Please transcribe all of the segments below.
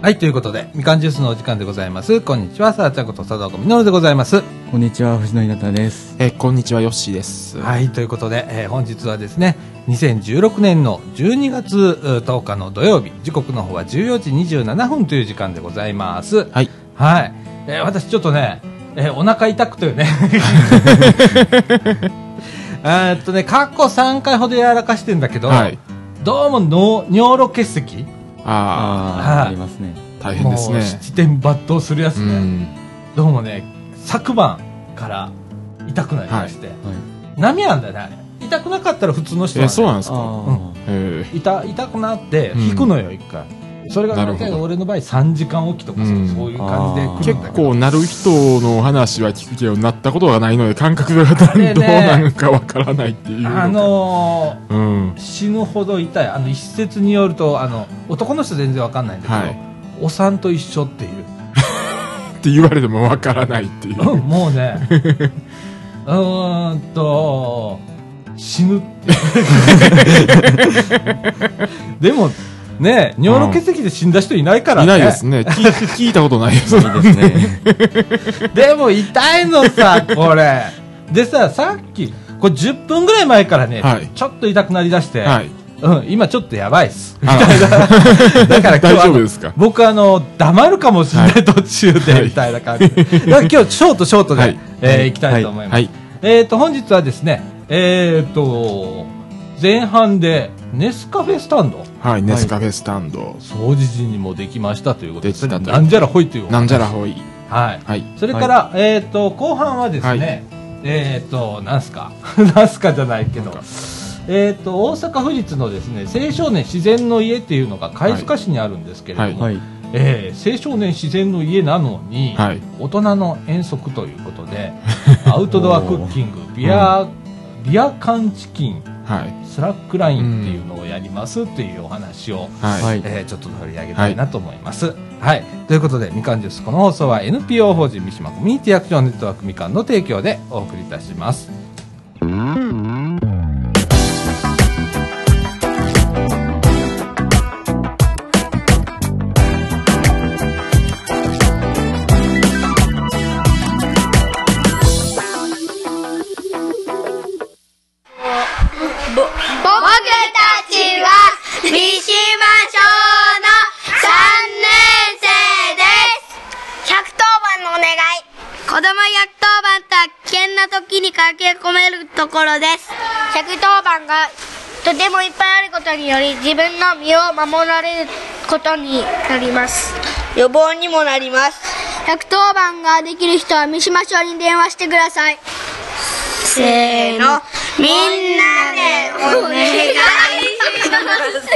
はい、ということで、みかんジュースのお時間でございます。こんにちは、さあちゃんこと佐藤みのるでございます。 こんにちは、藤野稲です。 こんにちは、よっしーです。 はい、ということで、本日はですね、2016年の12月10日の土曜日、時刻の方は14時27分という時間でございます。 はい。 はい。私ちょっとね、お腹痛くてね、過去3回ほどやらかしてんだけど、はい、どうも尿路結石ありますね。 大変ですね。 七点抜刀するやつね。どうもね、昨晩から痛くなりまして、波あんだよね、あれ。痛くなかったら普通の人は、ね、 そうなんですか。 痛くなって引くのよ、一回。それが俺の場合3時間おきとかそういう感じで来るんだけど、 結構なる人の話は聞くけどなったことがないので感覚がどうなるかわからないっていう、 死ぬほど痛い。一説によると男の人全然わかんないんだけど、はい、お産と一緒っていうって言われてもわからないっていう、 もうね死ぬってでもね、尿路結石で死んだ人いないからね。 いないですね。聞いたことないですね。でも痛いのさ、これ。でさ、さっき、これ10分ぐらい前からね、はい、ちょっと痛くなりだして、はい、今ちょっとやばいっす。みたいな。だから今日大丈夫ですか？ 僕黙るかもしれない途中で、みたいな感じで。だから今日ショートで、いきたいと思います。本日はですね、前半でネスカフェスタンド。 はい、ネスカフェスタンド。 掃除時にもできましたということで、なんじゃらほいという。 なんじゃらほい。 はい。それから、後半はですね、なんすかなんすかじゃないけど、大阪府立のですね、青少年自然の家っていうのが貝塚市にあるんですけれども、青少年自然の家なのに、大人の遠足ということで、アウトドアクッキング、ビア缶チキン、スラックラインっていうのをやりますっていうお話を、ちょっと取り上げたいなと思います。はい。ということで、みかんジュース、この放送は NPO 法人三島コミュニティアクションネットワークみかんの提供でお送りいたします。 子供110番とは危険な時に駆け込めるところです。110番がとてもいっぱいあることにより自分の身を守られることになります。予防にもなります。110番ができる人は三島署に電話してください。せーの、みんなでお願いします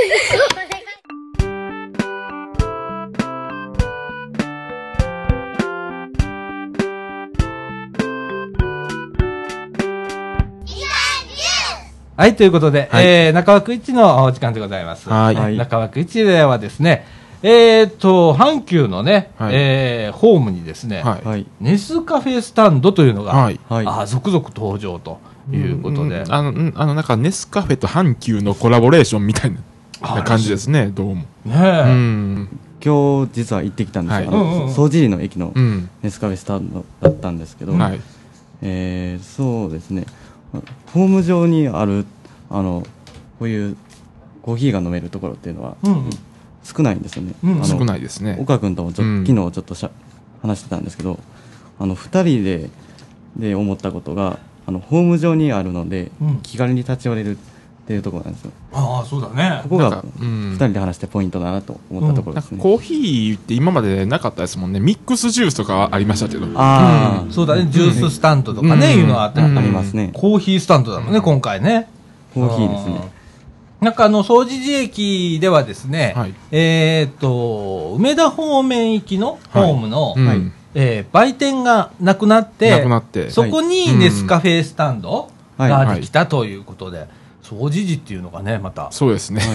はい、ということで、中枠1のお時間でございます。中枠1ではですね、阪急のね、ホームにですね、ネスカフェスタンドというのが、続々登場ということで。 なんかネスカフェと阪急のコラボレーションみたいな感じですね、どうも。 今日実は行ってきたんですよ。総除の駅のネスカフェスタンドだったんですけど、そうですね。ホーム上にあるこういうコーヒーが飲めるところっていうのは少ないんですよね。 少ないですね。 岡君とも昨日ちょっと話してたんですけど、2人で思ったことがホーム上にあるので、気軽に立ち寄れるっていうところなんですよ。 ああ、そうだね。 ここが2人で話してポイントだなと思ったところですね。 コーヒーって今までなかったですもんね。ミックスジュースとかありましたけど。 そうだね。ジューススタンドとかね、いうのはあってありますね。 コーヒースタンドだもんね、今回ね。 コーヒーですね。 なんか総除寺駅ではですね、梅田方面行きのホームの売店がなくなって、そこにネスカフェスタンドができたということで、総除寺っていうのがね、また。 そうですね。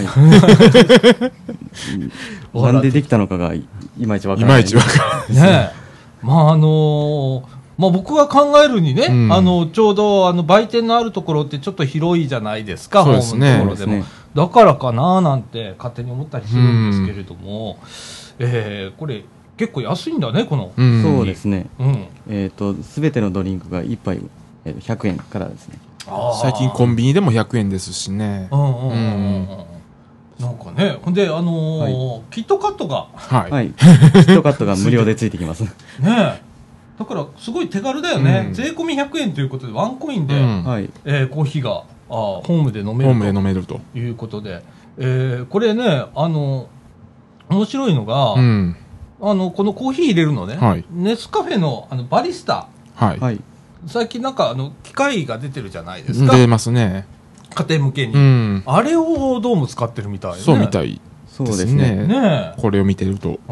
なんでできたのかがいまいちわからない。 いまいちわからない。 ね。僕が考えるにね、ちょうど売店のあるところってちょっと広いじゃないですか、ホームのところでも。だからかななんて勝手に思ったりするんですけれども、 これ結構安いんだねこの、 そうですね、すべてのドリンクが1杯100円からですね。 最近コンビニでも100円ですしね。 なんかね、ほんでキットカットがキットカットが無料でついてきますね。 だからすごい手軽だよね。税込み100円ということでワンコインでコーヒーがホームで飲めるということで、これね面白いのが、このコーヒー入れるのね、ネスカフェのバリスタ、最近なんか機械が出てるじゃないですか。 出ますね。 家庭向けに、あれをどうも使ってるみたいね。 そうみたいですね。これを見てると。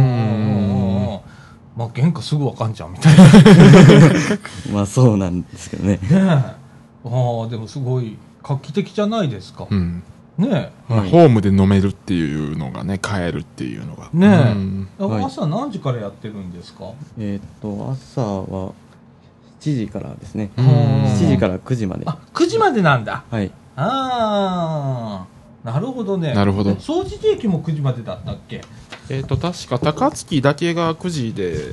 まあ原価すぐわかんじゃんみたいな。 まあそうなんですけどね。 でもすごい画期的じゃないですか。ホームで飲めるっていうのがね、買えるっていうのが。 朝何時からやってるんですか？ 朝は7時からですね。7時から9時まで。 9時までなんだ。 はい。 なるほどね。 なるほど。 掃除時駅も9時までだったっけ？ 確か高槻だけが9時で、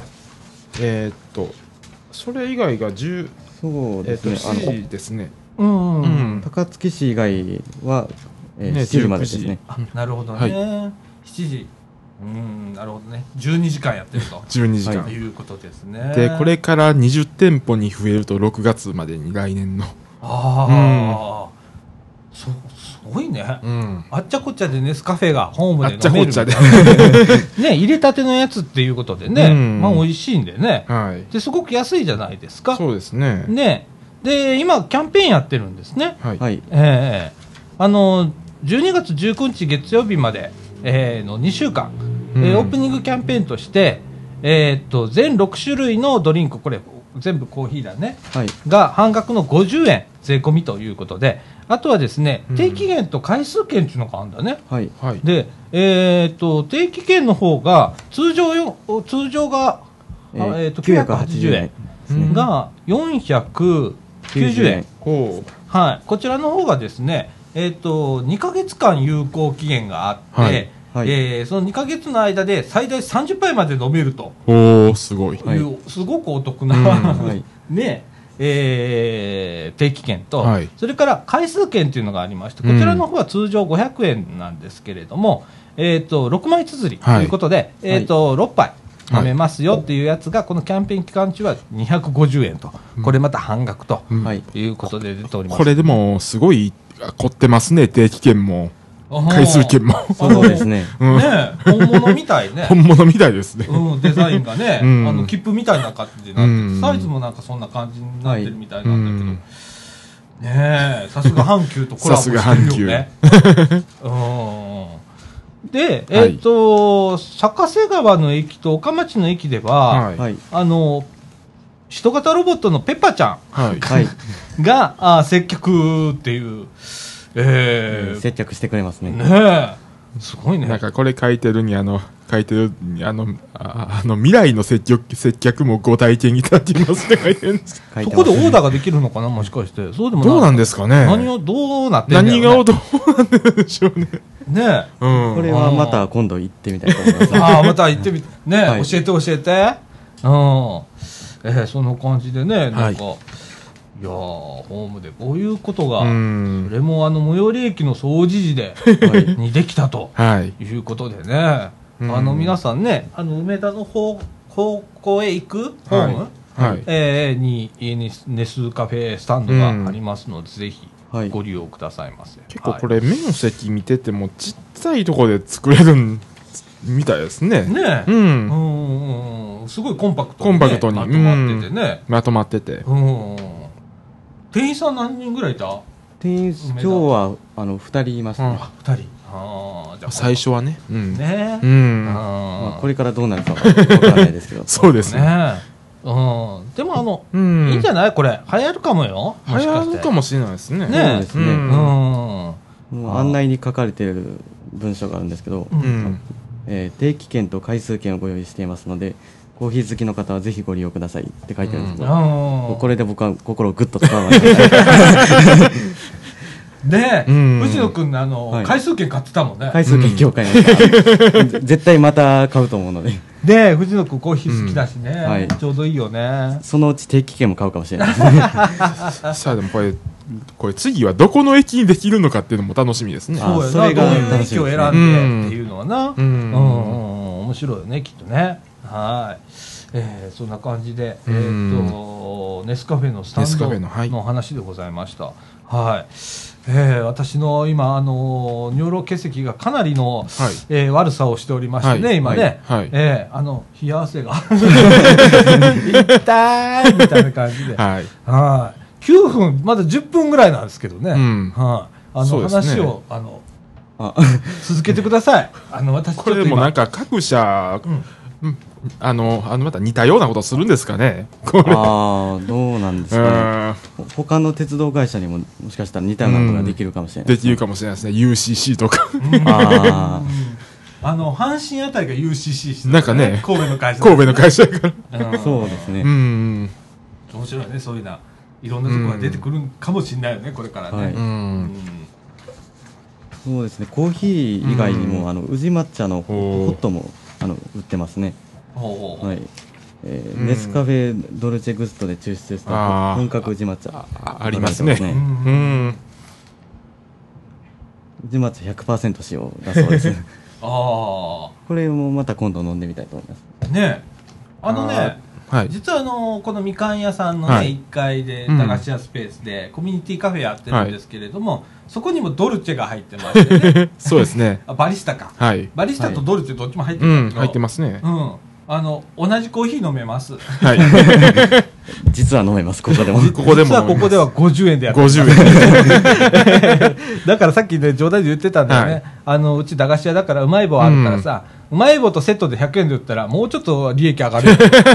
それ以外が10、 そうですね。 7時ですね。 高槻市以外は7時までですね。 なるほどね。7時。なるほどね。12時間やってると。 12時間。 ということですね。 で、これから20店舗に増えると6月までに来年の。 すごいね。あっちゃこっちゃでネスカフェがホームで飲める。 あっちゃこっちゃで。 ね、入れたてのやつっていうことでね、まあ美味しいんでね。ですごく安いじゃないですか。 そうですね。 ね。で、今キャンペーンやってるんですね。 はい。 12月19日月曜日までの2週間、オープニングキャンペーンとして、全6種類のドリンク、これ全部コーヒーだね、が半額の50円税込みということで、あとはですね、定期券と回数券っていうのがあるんだね。で、定期券の方が通常が、980円が490円。はい。こちらの方がですね、2ヶ月間有効期限があって、その2ヶ月の間で最大30杯まで飲めると。 すごい。 すごくお得な、ね、定期券と、それから回数券というのがありまして、こちらの方は通常500円なんですけれども、6枚綴りということで、6杯飲めますよっていうやつが、このキャンペーン期間中は250円と、これまた半額ということで出ております。 これでもすごい凝ってますね、定期券も回数券も。 そうですね。 本物みたいね。 本物みたいですね。 デザインがね、切符みたいな感じになってて、サイズもなんかそんな感じになってるみたいなんだけど、ねえ、さすが阪急とコラボしてるよね。で、坂瀬川の駅と岡町の駅では、人型ロボットのペッパちゃんが接客っていう、 接客してくれますね。 すごいね。 なんかこれ書いてるに未来の接客もご体験いただきますって書いてるんです。 そこでオーダーができるのかな、もしかして。そうでもない。 どうなんですかね。 どうなってんだろうね。 何がどうなってるんでしょうね。 ねえ。これはまた今度行ってみたいと思います。 また行ってみて。ねえ、教えて。その感じでね、なんか、いやー、ホームでこういうことが、それも最寄り駅の掃除時で、にできたということでね、皆さんね、梅田の方向へ行くホームにネスカフェスタンドがありますので、ぜひご利用くださいませ。 結構これ面積見ててもちっちゃいところで作れるみたいですね。 ねえ。すごいコンパクトにまとまっててね。 まとまってて。 店員さん何人ぐらいいた？ 店員今日は2人いますね。 2人。 じゃあ最初はね。 ね。これからどうなるかわからないですけど。 そうですね。 でもいいんじゃないこれ流行るかもよ。 流行るかもしれないですね。 そうですね。案内に書かれている文章があるんですけど、定期券と回数券をご用意していますので、コーヒー好きの方はぜひご利用くださいって書いてあるんですけど、これで僕は心をグッと使わないねえ、藤野君回数券買ってたもんね。 回数券協会の絶対また買うと思うので。 で、藤野君コーヒー好きだしね、ちょうどいいよね。 そのうち定期券も買うかもしれないですね。 さあでもこれ次はどこの駅にできるのかっていうのも楽しみですね。 そうやな、どういう駅を選んでっていうのはな、面白いよね、きっとね。はい。そんな感じで、ネスカフェのスタンドの話でございました。はい。私の今尿路結石がかなりの、悪さをしておりましてね、今ね、冷や汗が痛いみたいな感じで、9分まだ10分ぐらいなんですけどね、話を続けてください。私これでもなんか各社また似たようなことするんですかね。 どうなんですかね。他の鉄道会社にももしかしたら似たようなことができるかもしれない。 できるかもしれないですね。UCC とか。 阪神あたりが UCC して、 なんかね、 神戸の会社。 神戸の会社から。 そうですね。 面白いね、そういういろんなところが出てくるかもしれないよね、これからね。 そうですね。コーヒー以外にも宇治抹茶のホットも売ってますね。はい。ネスカフェドルチェグストで抽出した本格宇治抹茶ありますね。 宇治抹茶 100% 使用だそうです。これもまた今度飲んでみたいと思います。 ね、実はこのみかん屋さんのね、1階で駄菓子屋スペースでコミュニティカフェやってるんですけれども、そこにもドルチェが入ってましてね。 そうですね。 バリスタか。バリスタとドルチェどっちも入ってるんだけど、 入ってますね。 同じコーヒー飲めます。 実は飲めます。ここでも。 実はここでは50円でやってます。 50円。 だからさっきね、冗談で言ってたんだよね。うち駄菓子屋だからうまい棒あるからさ、うまい棒とセットで100円で売ったらもうちょっと利益上がる。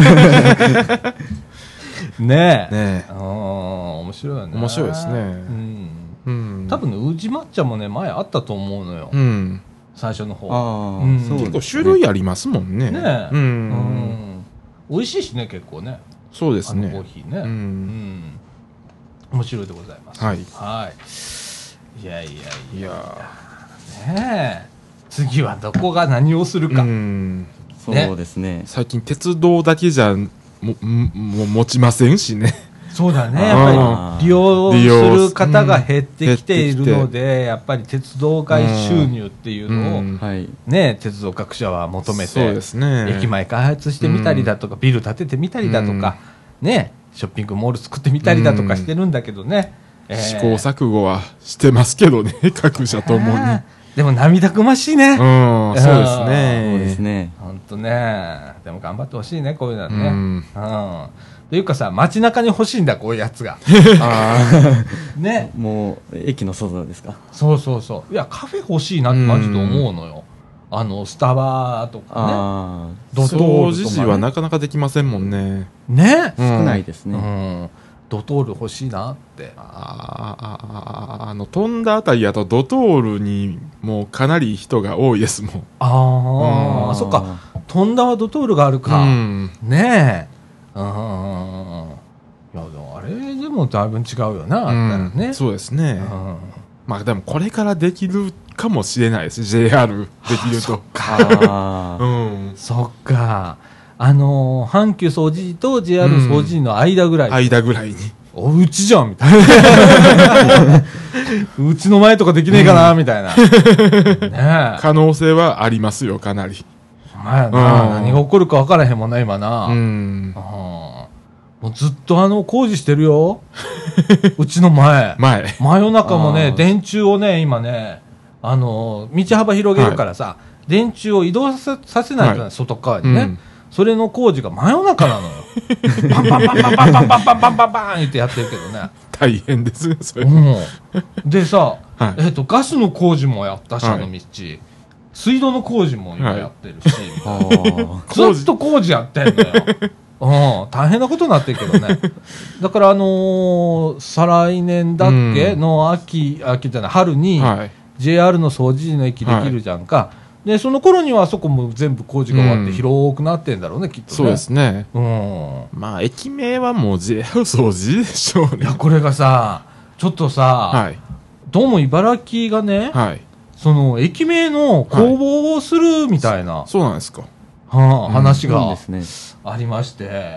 ねえ。面白いよね。 面白いですね。 多分ね、宇治抹茶もね、前あったと思うのよ。最初の方。 結構種類ありますもんね。 美味しいしね、結構ね。 そうですね。 コーヒーね。面白いでございます。はい。いや。ねえ。次はどこが何をするか。 そうですね。 最近鉄道だけじゃ持ちませんしね。 そうだね。やっぱり利用する方が減ってきているので、やっぱり鉄道外収入っていうのをね、鉄道各社は求めて、駅前開発してみたりだとか、ビル建ててみたりだとか、ね、ショッピングモール作ってみたりだとかしてるんだけどね。 試行錯誤はしてますけどね、各社ともに。 でも涙ぐましいね。 そうですね。 そうですね。 本当ね。でも頑張ってほしいね、こういうのはね。というかさ、街中に欲しいんだ、こういうやつが。ね。 もう駅の外ですか。 そう。いや、カフェ欲しいなってマジで思うのよ。スタバとかね。 ドトールとかね。はなかなかできませんもんね。 ね。 少ないですね。 ドトール欲しいなって。 飛んだあたりやとドトールにもうかなり人が多いですもん。 そっか。飛んだはドトールがあるか。ねえ。いや、でもあれでもだいぶ違うよな、あったらね。 そうですね。まあでもこれからできるかもしれないです。JR できると。 そっか。阪急総除寺と JR 総除寺の間ぐらい。 間ぐらいに。 うちじゃんみたいな。うちの前とかできねえかなみたいな。 可能性はありますよ、かなり。 何が起こるか分からへんもんな、今な。もうずっと工事してるよ。うちの前。真夜中もね、電柱をね、今ね、道幅広げるからさ、電柱を移動させないとね、外側にね。それの工事が真夜中なのよ。バンバンバンバンバンバンバンバンバンバンバン言ってやってるけどね。 大変ですね、それ。 でさ、ガスの工事もやったし、道。水道の工事も今やってるし、ずっと工事やってんだよ。大変なことになってるけどね。だから再来年だっけの秋じゃない、春に JR の総除寺の駅できるじゃんか。で、その頃にはあそこも全部工事が終わって広くなってんだろうね、きっとね。 そうですね。まあ、駅名はもう JR 総除寺でしょうね。 いや、これがさ、ちょっとさ、 どうも茨城がね、 はい。 その駅名の公募をするみたいな、 そうなんですか。 話がありまして、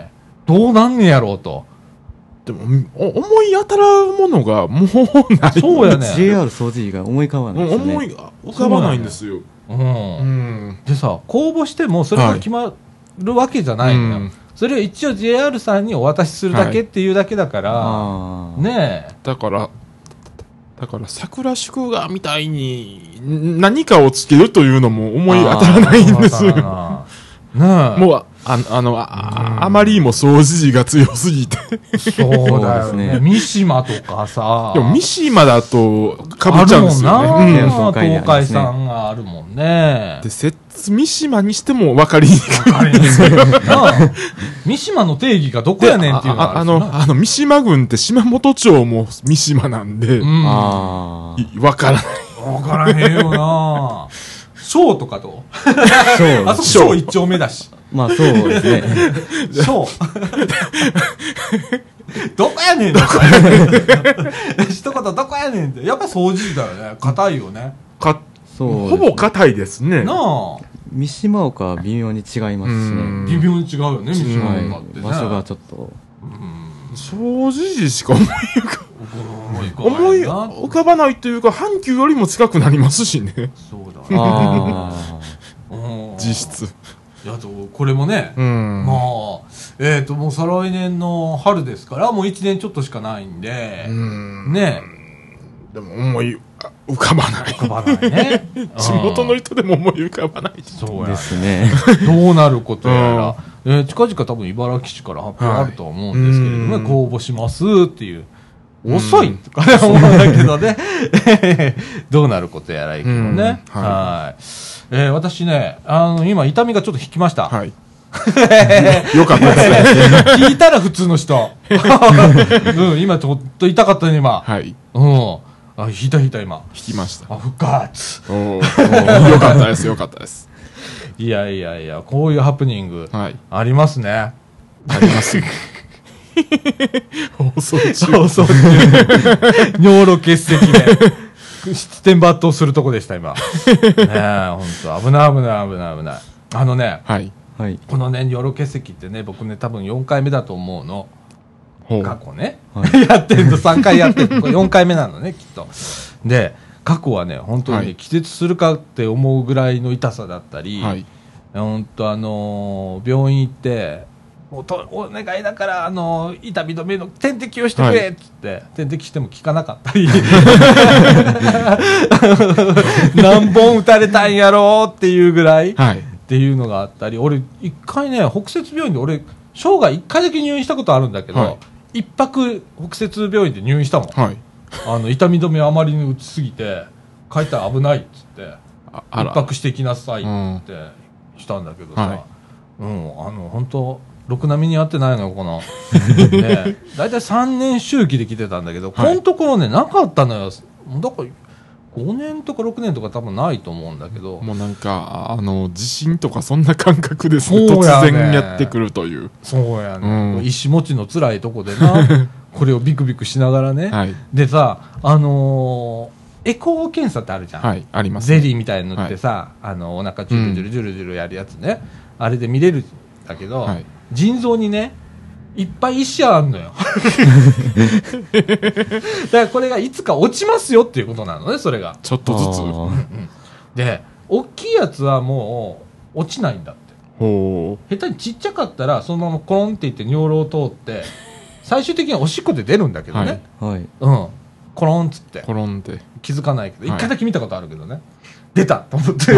どうなんねやろうと。 でも、思い当たらんものがもうない。 そうやね。 JR 総除が思い浮かばないですね。 思い浮かばないんですよ。 でさ、公募してもそれが決まるわけじゃないのよ。それを一応 JR さんにお渡しするだけっていうだけだから、ねえ。 だから桜祝賀みたいに何かをつけるというのも思い当たらないんですよ。もうあまりにも掃除時が強すぎて。 そうだよね。三島とかさ。 でも三島だとかぶっちゃうんですよね。 東海さんがあるもんね。 で、三島にしても分かりにくい。 三島の定義がどこやねんっていうのがある。 三島郡って島本町も三島なんで、分からない。 分からへんよな。小とかとあそこ小一丁目だし。 まあそうですね。 小どこやねん一言どこやねんって。やっぱ掃除だよね。硬いよね。 ほぼ硬いですね。 なあ。 三島岡は微妙に違いますしね。 微妙に違うよね、三島岡ってね。 場所がちょっと。 掃除時しか思い浮かばないというか、阪急よりも近くなりますしね。 そうだね。実質。 これもね、まあ、もう再来年の春ですから、もう1年ちょっとしかないんで、ね。 でも思い浮かばない。 浮かばないね。 地元の人でも思い浮かばない。 そうですね。 どうなることやら、近々多分茨城市から発表あるとは思うんですけれどもね、公募しますっていう。遅いとかね、思うんだけどね。どうなることやらいいけどね。はい。私ね、今、痛みがちょっと引きました。 はい。よかったですね。 聞いたら普通の人。今ちょっと痛かったね、今。 はい。 引いた今。 引きました。 復活。 よかったです、よかったです。 いや、こういうハプニング、ありますね。 あります。放送中。 尿路結石で、七点抜刀するとこでした、今。ねえ、ほんと、危ない。このね、尿路結石ってね、僕ね、多分4回目だと思うの。過去ね。やってると3回やってる。これ4回目なのね、きっと。で、過去はね、本当に気絶するかって思うぐらいの痛さだったり、本当病院行って、お願いだから痛み止めの点滴をしてくれっつって、点滴しても効かなかったり何本打たれたんやろうっていうぐらい、っていうのがあったり、俺一回ね北摂病院で俺生涯1回だけ入院したことあるんだけど、1泊北摂病院で入院したもん、痛み止めあまりに打ちすぎて帰ったら危ないっつって1泊してきなさいってしたんだけどさ、本当ろくなみにやってないのよ、この。ね、だいたい3年周期で来てたんだけど、このところね、なかったのよ。だから、5年とか6年とか多分ないと思うんだけど。 もうなんか、地震とかそんな感覚ですね。突然やってくるという。 そうやね。石持ちの辛いとこでな、これをビクビクしながらね。でさ、エコー検査ってあるじゃん。 あります。 ゼリーみたいのってさ、お腹ジュルジュルやるやつね。あれで見れるんだけど、腎臓にねいっぱい石あんのよだからこれがいつか落ちますよっていうことなのね、それがちょっとずつ、 で大きいやつはもう落ちないんだって。下手にちっちゃかったらそのままコロンっていって尿路を通って最終的にはおしっこで出るんだけどね、コロンっつってコロンって気づかないけど、一回だけ見たことあるけどね、出たと思って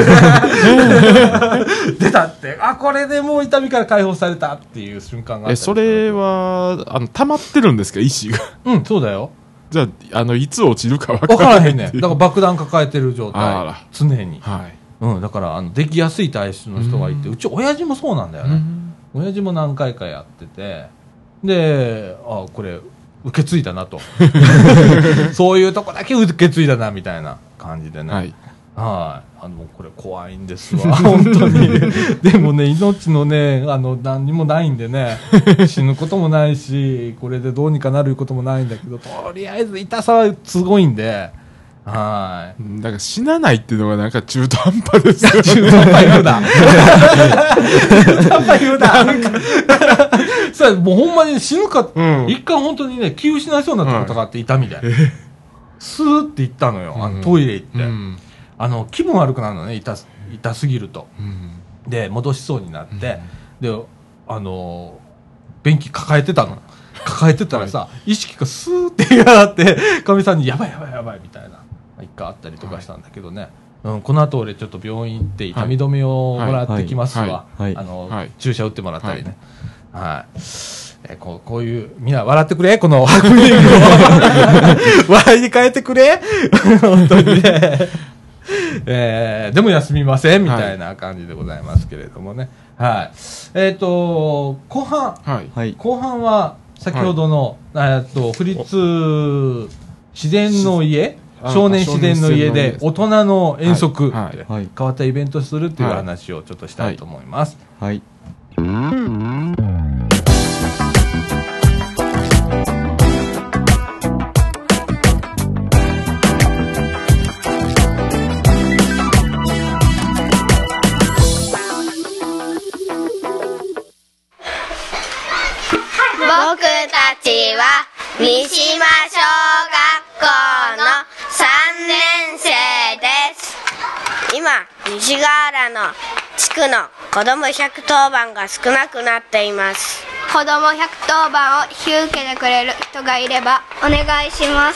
出たって、これでもう痛みから解放されたっていう瞬間があった。 それは溜まってるんですか、石が。 そうだよ。 じゃあいつ落ちるか分からへんねん。だから爆弾抱えてる状態、常に。だからできやすい体質の人がいて、うち親父もそうなんだよね。親父も何回かやってて、でこれ受け継いだなとそういうとこだけ受け継いだなみたいな感じでね、これ怖いんですわ本当にでもね、命のね何にもないんでね死ぬこともないし、これでどうにかなることもないんだけど、とりあえず痛さはすごいんで、 はい。 だから死なないっていうのがなんか中途半端ですよね。 中途半端言うな。中途半端言うな。さあ、もうほんまに死ぬか、一回本当にね、気失いそうになったことがあって、痛みで。スーって行ったのよ、トイレ行って。気分悪くなるのね、痛すぎると。で、戻しそうになって、で、便器抱えてたの。抱えてたらさ、意識がスーって上がって、かみさんにやばいやばいやばいみたいな、一回あったりとかしたんだけどね。この後俺ちょっと病院行って痛み止めをもらってきますわ。注射打ってもらったりね。はい。こういう、みんな笑ってくれこのハプニングを。笑いに変えてくれ本当にね。でも休みませんみたいな感じでございますけれどもね。はい。後半は、先ほどの、府立自然の家、少年自然の家で大人の遠足、変わったイベントするっていう話をちょっとしたいと思います。はい。 僕たちは三島小学校の3年生です。今、西ヶ原の地区の子ども110番が少なくなっています。子ども110番を引き受けてくれる人がいればお願いします。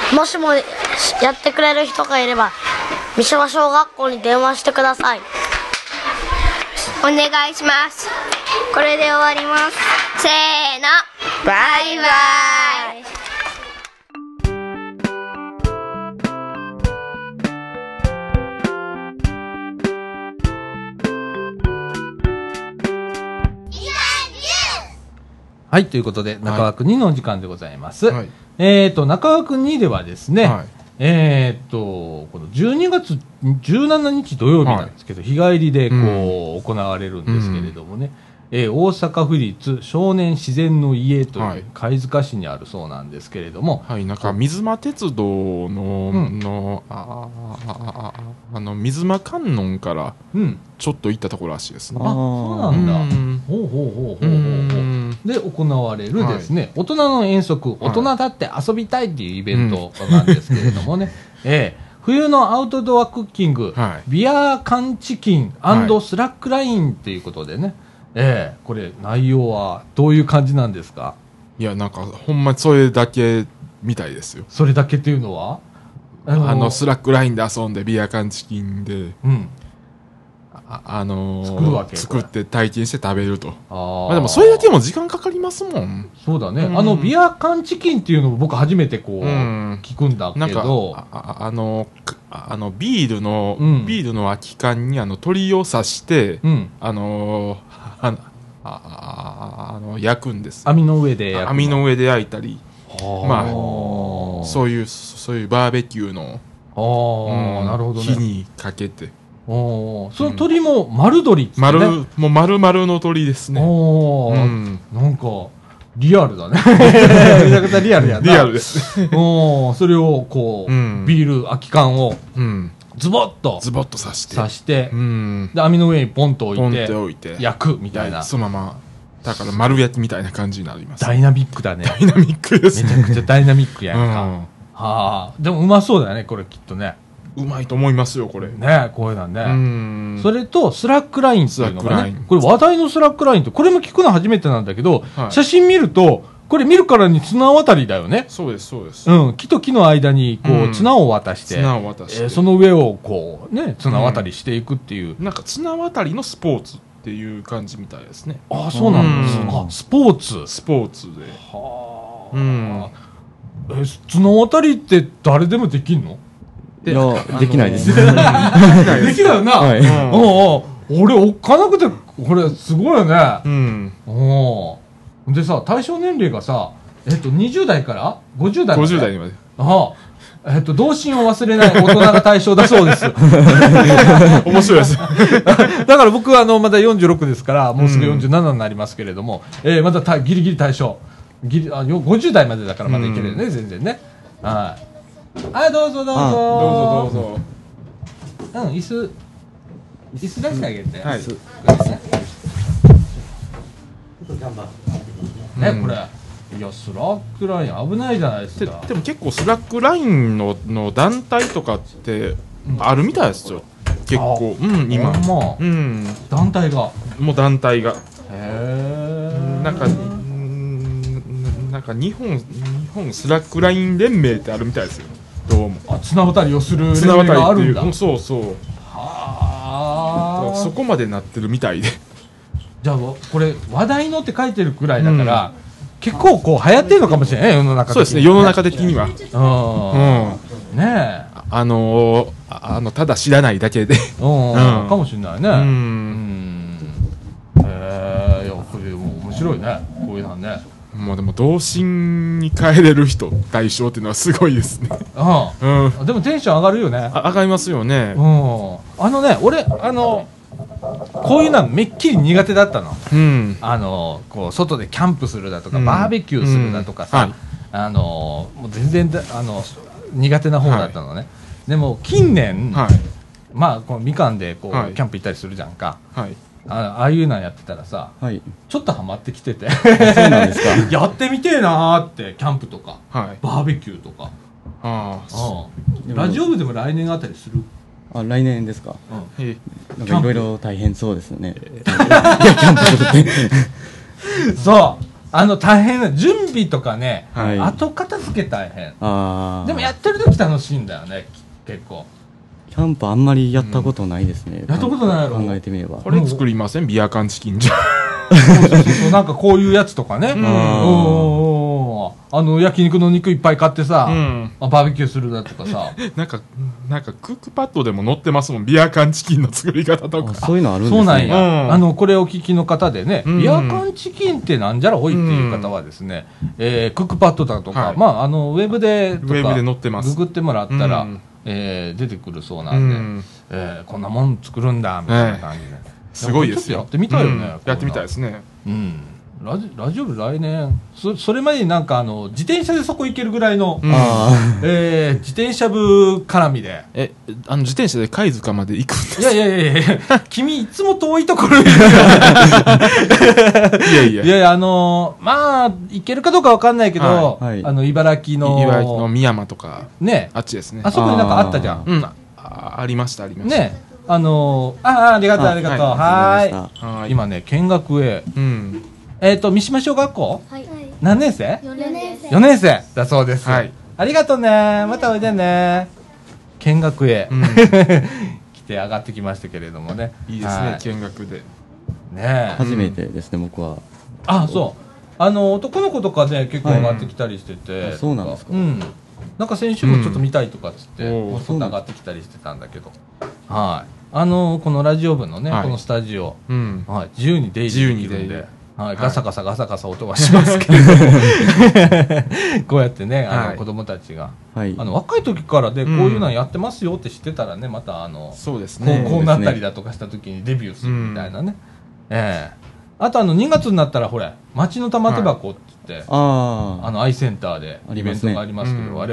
もしもやってくれる人がいれば三島小学校に電話してください。お願いします。これで終わります。せーの、バイバイ。 はい、ということで中枠2のお時間でございます。中枠2ではですね、この12月17日土曜日なんですけど、日帰りでこう行われるんですけれどもね、大阪府立少年自然の家という貝塚市にあるそうなんですけれども、 なんか水間鉄道の、水間観音からちょっと行ったところらしいですね。 そうなんだ。で行われるですね、大人の遠足、大人だって遊びたいっていうイベントなんですけれどもね、冬のアウトドアクッキング、ビア缶チキン&スラックラインっていうことでね、これ内容はどういう感じなんですか？ いや、なんかほんまにそれだけみたいですよ。 それだけっていうのはスラックラインで遊んでビア缶チキンで、 作るわけ、 作って体験して食べると。でもそれだけも時間かかりますもん。 そうだね。ビア缶チキンっていうのも僕初めてこう聞くんだけど、 ビールの空き缶に鳥を刺して、焼くんです。 網の上で焼いたり、そういうバーベキューのなるほどね、 火にかけて、 その鳥も丸鳥っつってね、 もう丸々の鳥ですね。 なんかリアルだね。めちゃくちゃリアルやな。 リアルですね。 それをこう、ビール空き缶をズボッと刺して、 で網の上にポンと置いて焼くみたいな。 そのままだから丸焼きみたいな感じになります。 ダイナミックだね。 ダイナミックですね。 めちゃくちゃダイナミックやんか。でもうまそうだよね、これきっとね。 うまいと思いますよ、これね。こういうのね。それとスラックラインっていうのがね、これ話題のスラックラインって、これも聞くの初めてなんだけど、写真見るとこれ見るからに綱渡りだよね。 そうです。 木と木の間にこう綱を渡して、その上をこうね綱渡りしていくっていう、 なんか綱渡りのスポーツっていう感じみたいですね。 そうなんですか。スポーツで。綱渡りって誰でもできんの？ いや、できないです。 できないよな。俺おっかなくて、これすごいよね。でさ、対象年齢がさ、20代から50代まで。 50代まで。 童心を忘れない大人が対象だそうです。 面白いです。 だから僕はまだ46ですから、もうすぐ47になりますけれども、まだギリギリ対象。50代までだからまだいけるよね、全然ね。 あ、どうぞどうぞ。 どうぞどうぞ。 椅子出してあげて。 はい。 ね、これ。いや、スラックライン危ないじゃないですか。 でも結構スラックラインの団体とかってあるみたいですよ。結構。今。 団体が。 もう団体が。 へー。なんか日本スラックライン連盟ってあるみたいですよ。どうも。 綱渡りをする連盟があるんだ。 そうそう。はあ。そこまでなってるみたいで。 じゃあこれ話題のって書いてるくらいだから、結構こう流行ってるのかもしれない、世の中的に。 そうですね、世の中的には。 ねえ。ただ知らないだけで。かもしれないね。いや、これ面白いね、こういうのね。 もうでも童心に帰れる人対象っていうのはすごいですね。 でもテンション上がるよね。 上がりますよね。 俺こういうのはめっきり苦手だったの。こう外でキャンプするだとか、バーベキューするだとかさ、もう全然苦手な方だったのね。でも近年、まあこのみかんでこうキャンプ行ったりするじゃんか。ああいうのやってたらさ、ちょっとハマってきてて、 そうなんですか。 やってみてえなーって、キャンプとか、バーベキューとか。ラジオ部でも来年あたりする？ 来年ですか。なんかいろいろ大変そうですよね。いや、キャンプするって。 そう。大変な準備とかね、後片付け大変。でもやってる時楽しいんだよね、結構。 キャンプあんまりやったことないですね。 やったことないやろ。 考えてみれば。 これ作りません？ビア缶チキンじゃ。 そうなんかこういうやつとかね。焼肉の肉いっぱい買ってさ、バーベキューするだとかさ。 なんかクックパッドでも載ってますもん、ビア缶チキンの作り方とか。 そういうのあるんですね。 そうなんや。これを聞きの方でね、ビア缶チキンってなんじゃらおいっていう方はですね、クックパッドだとか、ウェブで載ってます。 ググってもらったら、出てくるそうなんで、こんなもん作るんだみたいな感じで、 すごいですよ。 やってみたいよね。 やってみたいですね。 ラジオ部来年それまでになんか自転車でそこ行けるぐらいの自転車部絡みで自転車で貝塚まで行くんです。 いや君いつも遠いところにいやまあ行けるかどうかわかんないけど、茨城の美山とかね、 あっちですね。 あそこになんかあったじゃん。 ありましたね。ありがとうはい。今ね見学へ三島小学校何年生？4年生だそうです。ありがとうね、またおいでね。見学へ来て上がってきましたけれどもね。 いいですね、見学でね。初めてですね、僕は。 そう男の子とかね結構上がってきたりしてて。 そうなんですか。 なんか先週もちょっと見たいとかっつって外上がってきたりしてたんだけど、このラジオ部のねこのスタジオ自由に出入りできるんで、ガサガサ音はしますけれどもこうやってね子供たちが若い時からでこういうのやってますよって知ってたらね、またそうですね、 こうなったりだとかした時にデビューするみたいなね。あと2月になったらほれ町の玉手箱って言ってアイセンターでイベントがありますけど、我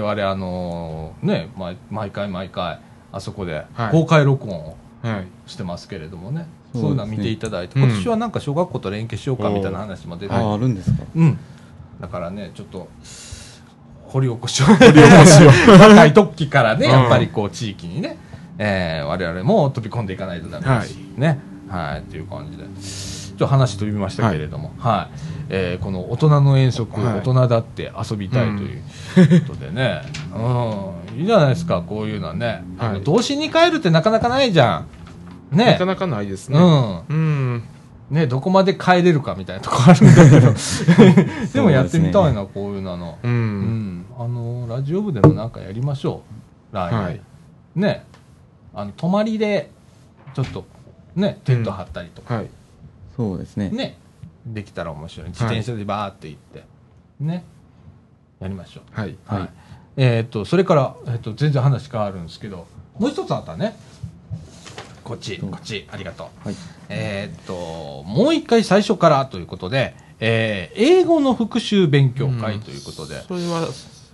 々ね毎回あそこで公開録音をしてますけれどもね、そういうのは見ていただいて、今年はなんか小学校と連携しようかみたいな話も出てあるんですか。 だからねちょっと掘り起こしを若い時からねやっぱりこう地域にね我々も飛び込んでいかないとダメだしね、っていう感じでちょっと話飛びましたけれども、この大人の遠足、大人だって遊びたいということでね、いいじゃないですかこういうのはね。童心に帰るってなかなかないじゃんね。 なかなかないですね。 ね、どこまで帰れるかみたいなとこあるんだけどでもやってみたいなこういうの。ラジオ部でもなんかやりましょう来年ね。泊まりでちょっとねテント張ったりとかそうですねできたら面白い。自転車でバーって行ってねやりましょう。それから、全然話変わるんですけど、もう一つあったね。こっちありがとう。もう一回最初からということで、英語の復習勉強会ということで、 それは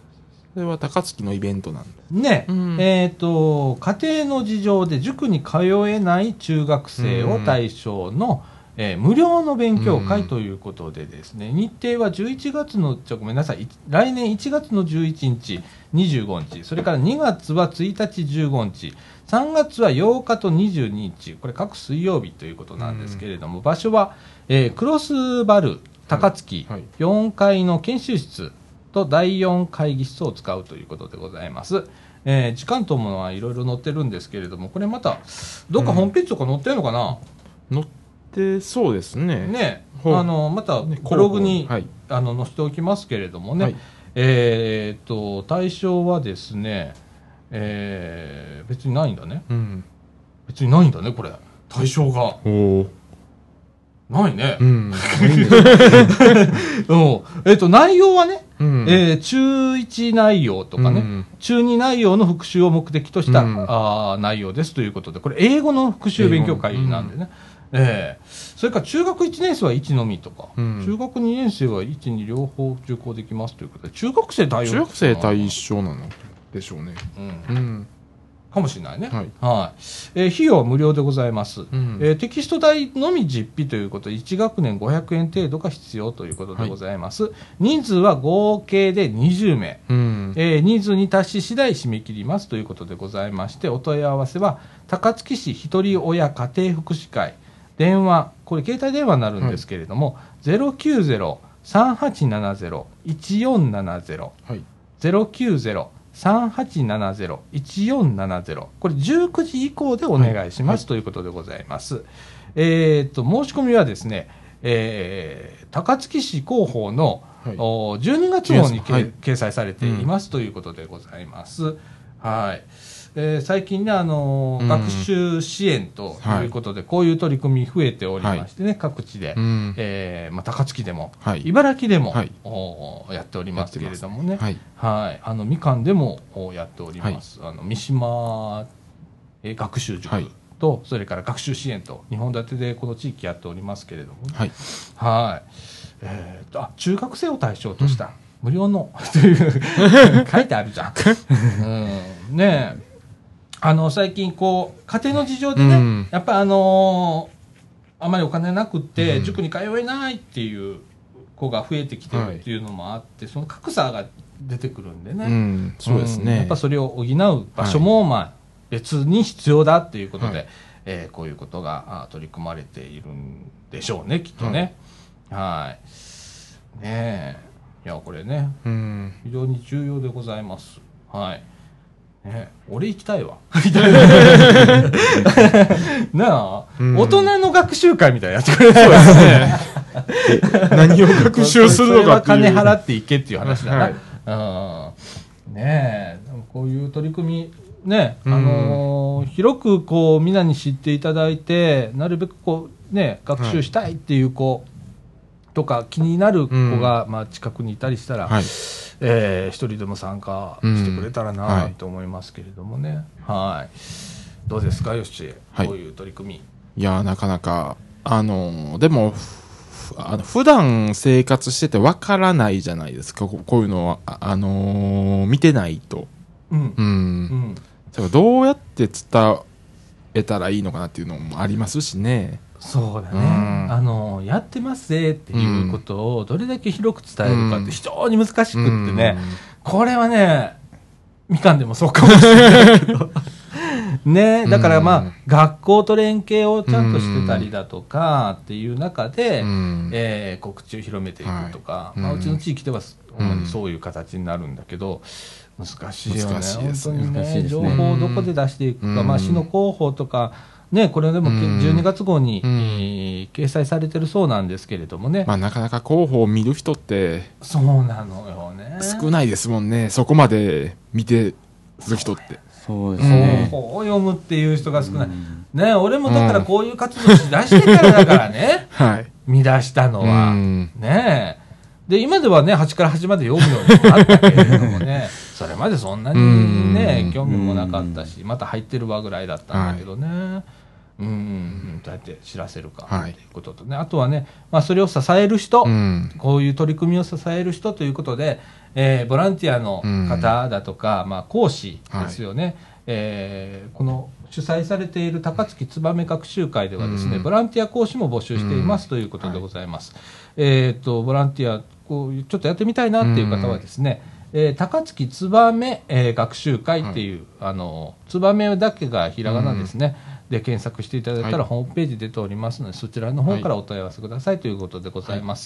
それは高槻のイベントなんですね。家庭の事情で塾に通えない中学生を対象の、無料の勉強会ということでですね、日程は11月の、ごめんなさい、来年1月の11日、25日、それから2月は1日、15日、3月は8日と22日、これ各水曜日ということなんですけれども、場所は、クロスバル高槻4階の研修室と第4会議室を使うということでございます。時間とものはいろいろ載ってるんですけれども、これまた、どっかホームページとか載ってるのかな、 載ってそうですね。 ね、またブログに、載せておきますけれどもね、対象はですね、別にないんだね。別にないんだね、これ。対象が。ないね。内容はね、中1内容とかね、中2内容の復習を目的とした、内容ですということで、これ英語の復習勉強会なんでね。それから中学1年生は1のみとか、中学2年生は1、2両方受講できますということで、中学生対象なのでしょうね。 かもしれないね。費用は無料でございます。テキスト代のみ実費ということで、1学年500円程度が必要ということでございます。人数は合計で20名。人数に達し次第締め切りますということでございまして、お問い合わせは、高槻市ひとり親家庭福祉会、電話、これ携帯電話になるんですけれども、090-3870-1470、090-3870-1470、これ19時以降でお願いします、ということでございます。申し込みはですね、高槻市広報の、12月号に、掲載されています、ということでございます。最近ね、学習支援ということで、こういう取り組み増えておりましてね、各地で、高槻でも、茨城でも、やっておりますけれどもね、みかんでもやっております。三島学習塾と、それから学習支援と、2本立てでこの地域やっておりますけれども、中学生を対象とした、無料のという書いてあるじゃん。ねえ。最近こう、家庭の事情でね、やっぱあまりお金なくって、塾に通えないっていう子が増えてきてるっていうのもあって、その格差が出てくるんでね。 そうですね。 やっぱそれを補う場所も、別に必要だっていうことで、こういうことが取り組まれているんでしょうね、きっとね。ねえ。いや、これね、非常に重要でございます。俺行きたいわ。なあ、大人の学習会みたいなやってくれそうですね。 何を学習するのかっていう。 金払っていけっていう話だな。ねえ、こういう取り組み、ね、広くこう、みんなに知っていただいて、なるべくこう、ね、学習したいっていう子とか、気になる子が、近くにいたりしたら、一人でも参加してくれたらなと思いますけれどもね。どうですか、よし、こういう取り組み。 いや、なかなか、でも、普段生活しててわからないじゃないですか、こういうのは、見てないと。どうやって伝えたらいいのかなっていうのもありますしね。 そうだね。やってますぜっていうことをどれだけ広く伝えるかって非常に難しくってね、これはね、みかんでもそうかもしれないけど。ね、だから学校と連携をちゃんとしてたりだとかっていう中で、告知を広めていくとか、うちの地域では主にそういう形になるんだけど、難しいよね。本当にね、情報をどこで出していくか、市の広報とか、ね、これでも12月号に掲載されてるそうなんですけれどもね。 なかなか広報を見る人って、 そうなのよね。 少ないですもんね。そこまで見てる人って。 そうですね。 広報を読むっていう人が少ない。ね、俺もだからこういう活動しだしてからだからね。見出したのは。ね。で、今ではね、端から端まで読むようになったけれどもね、それまでそんなにね、興味もなかったし、また入ってるわぐらいだったんだけどね。どうやって知らせるかということとね、あとはね、それを支える人、こういう取り組みを支える人ということで、 ボランティアの方だとか、まあ、講師ですよね、この主催されている高槻燕学習会ではですね、ボランティア講師も募集していますということでございます。ボランティアこうちょっとやってみたいなっていう方はですね、高槻燕、学習会っていう、燕だけがひらがなですね、で検索していただいたらホームページ出ておりますので、そちらの方からお問い合わせくださいということでございます。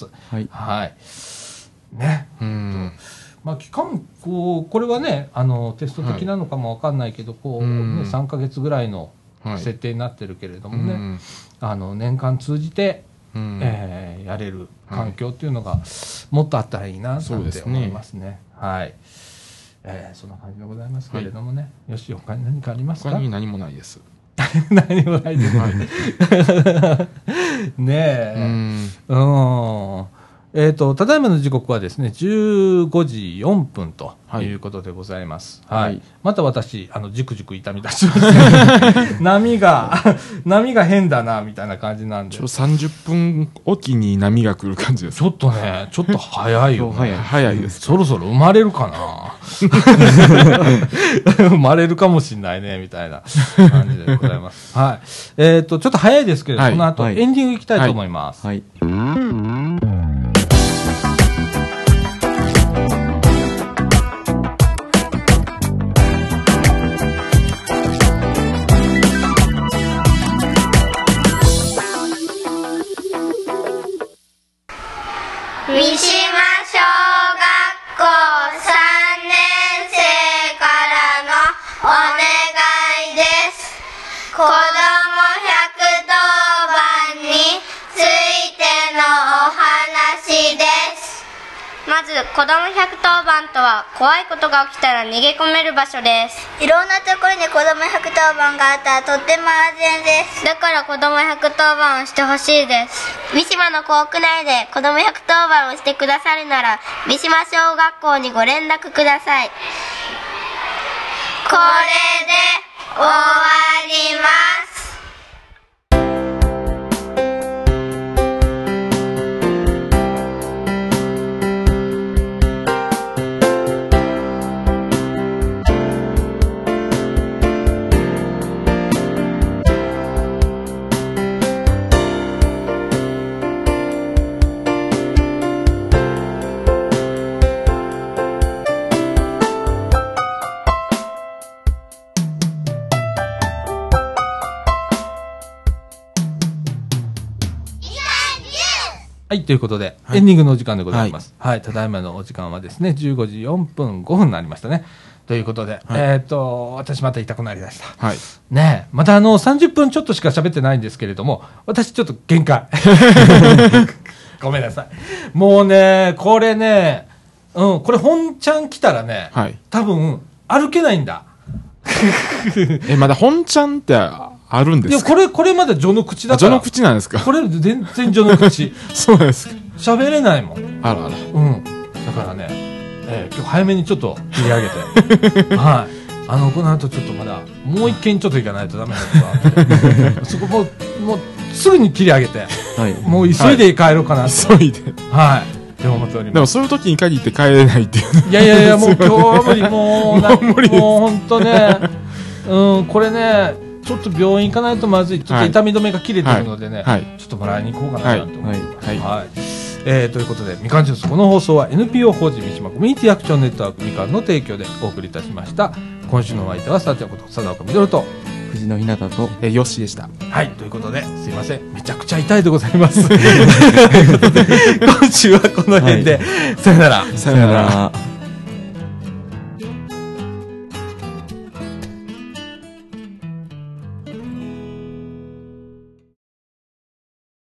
ね。まあ、期間これはねテスト的なのかも分かんないけど3ヶ月ぐらいの設定になってるけれどもね、年間通じて、やれる環境っていうのがもっとあったらいいなと思いますね。はい、そんな感じでございますけれどもね、よし他に何かありますか？ 他に何もないです。 何もないですねえ。ただいまの時刻はですね15時4分ということでございます。また私じくじく痛み出します、波が変だなみたいな感じなんで、 30分おきに波が来る感じです。 ちょっと早いよね。 早いです。 そろそろ生まれるかな生まれるかもしれないねみたいな感じでございます。ちょっと早いですけれど、この後エンディングいきたいと思います。 三島小学校3年生からのお願いです。子ども110番についてのお話です。まず子ども110番とは怖いことが起きたら逃げ込める場所です。 いろんなところに子ども110番があったらとっても安全です。 だから子ども110番をしてほしいです。 三島の校区内で子ども110番をしてくださるなら三島小学校にご連絡ください。 これで終わります。 はい、ということで、エンディングのお時間でございます。ただいまのお時間はですね、15時4分5分になりましたね。ということで、私また痛くなりだした。ねえ、また30分ちょっとしか喋ってないんですけれども、私ちょっと限界。ごめんなさい。もうね、これね、これ本ちゃん来たらね、多分歩けないんだ。 まだ本ちゃんってあるんですか？ いやこれまだ序の口だから。 序の口なんですか？ これ全然序の口。 そうですか。 喋れないもん。 あらあら。 だからね、今日早めにちょっと切り上げて。この後ちょっとまだもう一軒ちょっと行かないとダメなことがあって、そこもうすぐに切り上げて、もう急いで帰ろうかなと。 急いで。 でも思っております。 でもそういう時に限って帰れないっていう。 いやもう今日は無理。もう本当ね、これね。ちょっと病院行かないとまずい。ちょっと痛み止めが切れてるのでね、ちょっともらいに行こうかなと思ってます。ということで、みかんジュース、この放送は NPO 法人三島コミュニティアクションネットワークみかんの提供でお送りいたしました。今週のお相手はさちゃこと佐岡みどると藤野ひなたとよしでした。 ということで、すいません、めちゃくちゃ痛いでございます。ということで、今週はこの辺で、さよなら。 さよなら。